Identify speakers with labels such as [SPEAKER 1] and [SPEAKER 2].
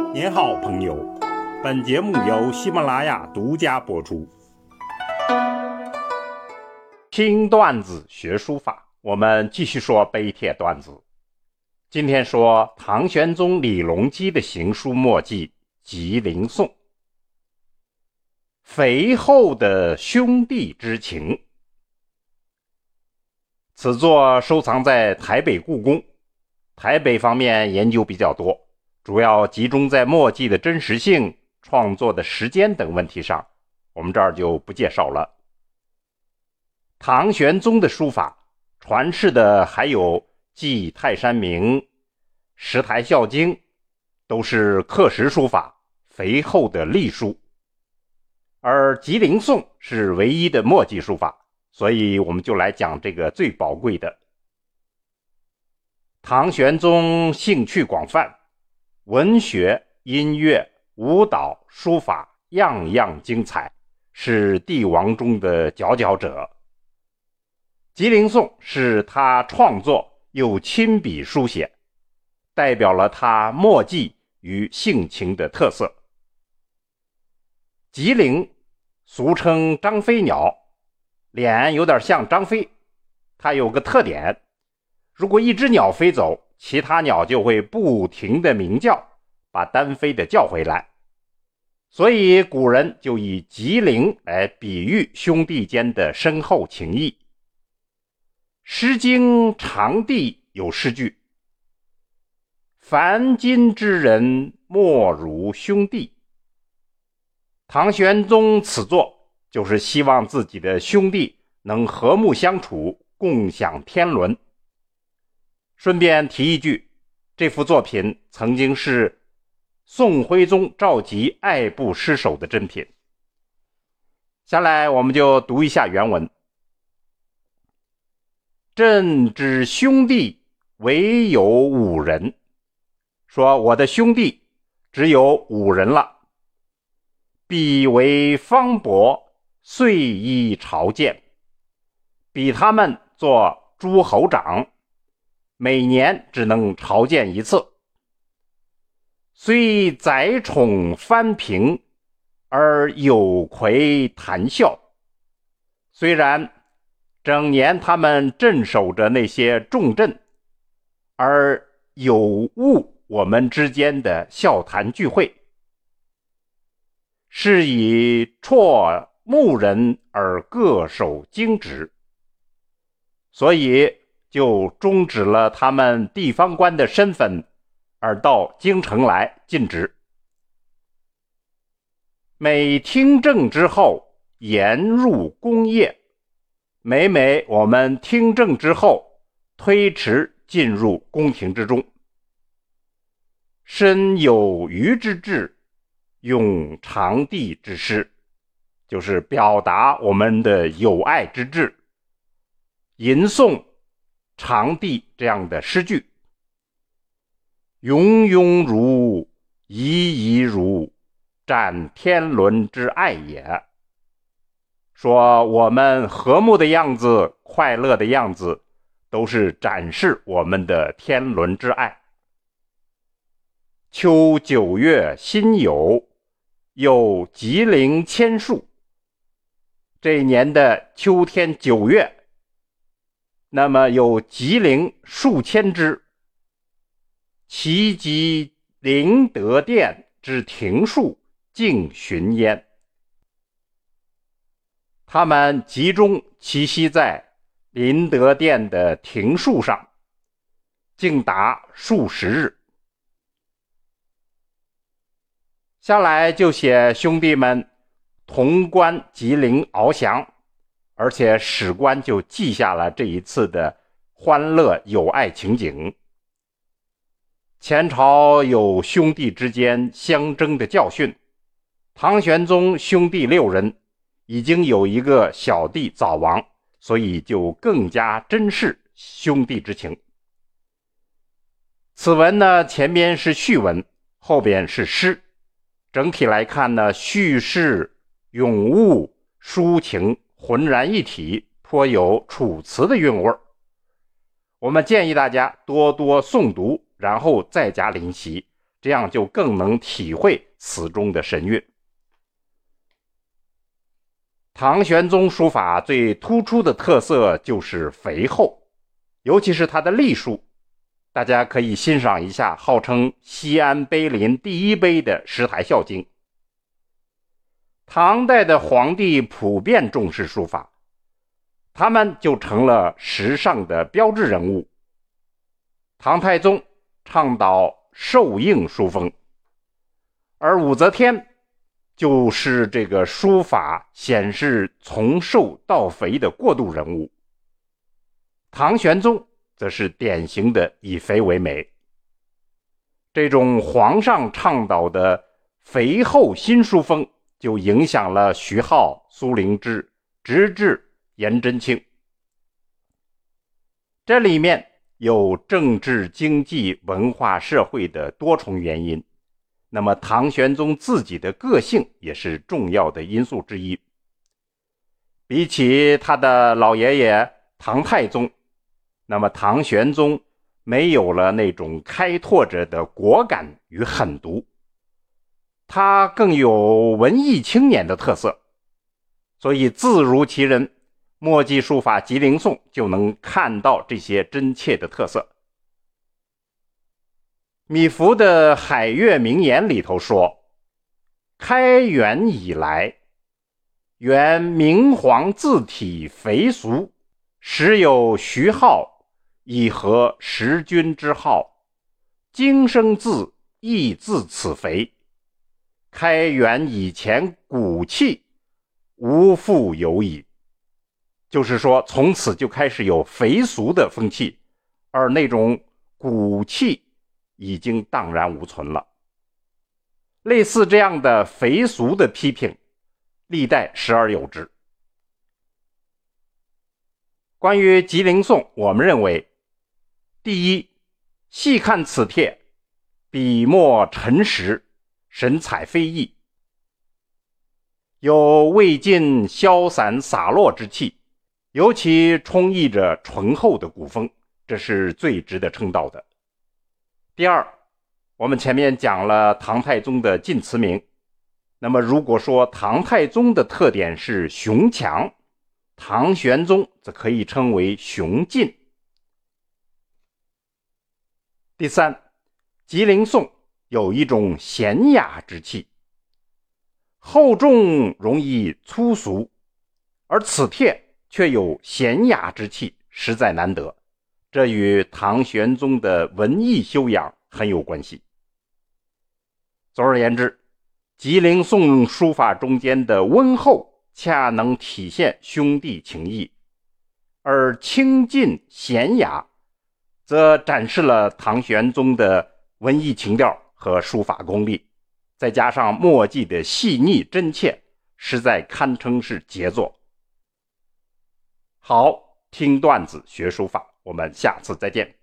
[SPEAKER 1] 您好，朋友。本节目由喜马拉雅独家播出。听段子学书法，我们继续说碑帖段子。今天说唐玄宗李隆基的行书墨迹《吉林颂》。肥厚的兄弟之情。此作收藏在台北故宫，台北方面研究比较多，主要集中在墨迹的真实性、创作的时间等问题上，我们这儿就不介绍了。唐玄宗的书法传世的还有记泰山铭、石台孝经，都是刻石书法，肥厚的隶书。而吉林颂是唯一的墨迹书法，所以我们就来讲这个最宝贵的。唐玄宗兴趣广泛，文学、音乐、舞蹈、书法样样精彩，是帝王中的佼佼者。吉林颂是他创作又亲笔书写，代表了他墨迹与性情的特色。吉林俗称张飞鸟，脸有点像张飞，它有个特点，如果一只鸟飞走，其他鸟就会不停地鸣叫，把单飞的叫回来。所以古人就以吉林来比喻兄弟间的深厚情谊。诗经长帝有诗句：凡今之人，莫如兄弟。唐玄宗此作就是希望自己的兄弟能和睦相处，共享天伦。顺便提一句，这幅作品曾经是宋徽宗召集爱部诗手的珍品。下来我们就读一下原文。朕之兄弟唯有5人，说我的兄弟只有5人了。彼为方伯，岁依朝见，比他们做诸侯长，每年只能朝见一次。虽载宠藩平，而有魁谈笑。虽然整年他们镇守着那些重镇，而有误我们之间的笑谈聚会，是以辍牧人而各守京职，所以就终止了他们地方官的身份，而到京城来尽职。每听政之后，延入宫业，每我们听政之后，推迟进入宫廷之中。身有余之志，咏长帝之诗，就是表达我们的友爱之志，吟诵长帝这样的诗句。庸庸如，怡怡如，展天伦之爱也。说我们和睦的样子，快乐的样子，都是展示我们的天伦之爱。秋9月辛酉，有吉林千树。这一年的秋天9月，那么有吉林数千只，其集灵德殿之庭树，竟寻焉。他们集中栖息在灵德殿的庭树上，竟达数十日。下来就写兄弟们潼关吉林翱翔，而且史官就记下了这一次的欢乐友爱情景。前朝有兄弟之间相争的教训，唐玄宗兄弟6人已经有一个小弟早亡，所以就更加珍视兄弟之情。此文呢，前边是序文，后边是诗，整体来看呢，叙事、咏物、抒情浑然一体，颇有楚辞的韵味。我们建议大家多多诵读，然后在家临习， 这样就更能体会词中的神韵。唐玄宗书法最突出的特色就是肥厚，尤其是它的隶书，大家可以欣赏一下号称西安碑林第一碑的石台孝经。唐代的皇帝普遍重视书法，他们就成了时尚的标志人物。唐太宗倡导瘦硬书风，而武则天就是这个书法显示从瘦到肥的过渡人物。唐玄宗则是典型的以肥为美。这种皇上倡导的肥厚新书风就影响了徐浩、苏灵芝，直至颜真卿。这里面有政治、经济、文化、社会的多重原因，那么唐玄宗自己的个性也是重要的因素之一。比起他的老爷爷唐太宗，那么唐玄宗没有了那种开拓者的果敢与狠毒，他更有文艺青年的特色，所以字如其人，墨迹书法吉林颂就能看到这些真切的特色。米芾的海月名言里头说，开元以来，原明黄字体肥俗，时有徐浩以合时君之好，经生字亦自此肥，开元以前骨气无复有矣。就是说从此就开始有肥俗的风气，而那种骨气已经荡然无存了。类似这样的肥俗的批评，历代时而有之。关于吉林颂，我们认为，第一，细看此帖，笔墨沉实，神采飞逸，有未尽消散洒落之气，尤其充溢着醇厚的古风，这是最值得称道的。第二，我们前面讲了唐太宗的晋词名，那么如果说唐太宗的特点是雄强，唐玄宗则可以称为雄劲。第三，吉林颂有一种娴雅之气，厚重容易粗俗，而此帖却有娴雅之气，实在难得，这与唐玄宗的文艺修养很有关系。总而言之，吉林颂书法中间的温厚恰能体现兄弟情谊，而清劲娴雅则展示了唐玄宗的文艺情调和书法功力，再加上墨迹的细腻真切，实在堪称是杰作。好，听段子学书法，我们下次再见。